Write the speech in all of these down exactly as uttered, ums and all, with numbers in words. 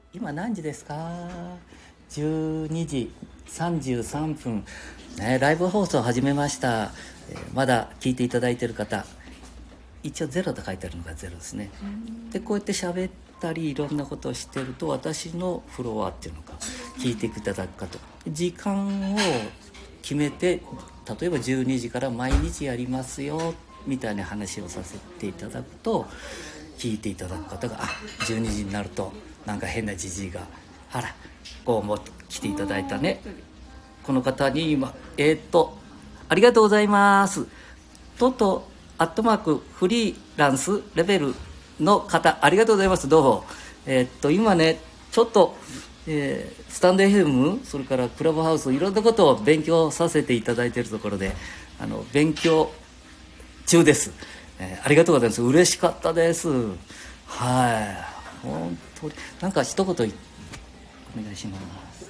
今何時ですか？じゅうにじさんじゅうさんぷん、ね、ライブ放送始めました、えー、まだ聞いていただいている方、一応ゼロと書いてあるのがゼロですね。でこうやって喋ったりいろんなことをしてると、私のフロアっていうのが聞いていただくかと、時間を決めて、例えばじゅうにじから毎日やりますよみたいな話をさせていただくと、聞いていただく方が、あ、じゅうにじになるとなんか変なじじいが、あらこうも来ていただいたね、この方に今えー、っとありがとうございますトトアットマークフリーランスレベルの方、ありがとうございます。どうもえー、っと今ねちょっと、えー、スタンド エフエム それからクラブハウスいろんなことを勉強させていただいているところで、あの勉強中です、えー、ありがとうございます。嬉しかったです。はい、本当になんか一言お願いします。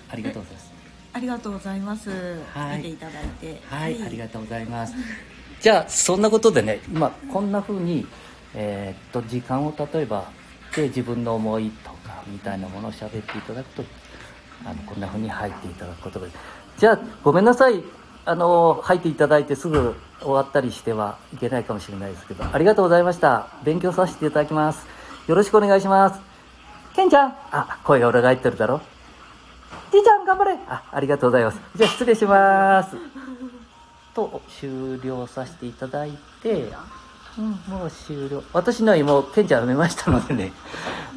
ありがとうございます。 ありがとうございます。 はい、 見ていただいて、 はい、はい、ありがとうございます。じゃあそんなことでね、今こんな風に、えー、っと時間を例えばで自分の思いとかみたいなものを喋っていただくと、あのこんな風に入っていただくことが、じゃあごめんなさい、あの入っていただいてすぐ終わったりしてはいけないかもしれないですけど、ありがとうございました。勉強させていただきます。よろしくお願いします。ケンちゃん、あ、声が裏返ってるだろ。じいちゃん頑張れ。あ、ありがとうございます。じゃあ失礼しますと終了させていただいて、うん、もう終了。私のはもうケンちゃん埋めましたのでね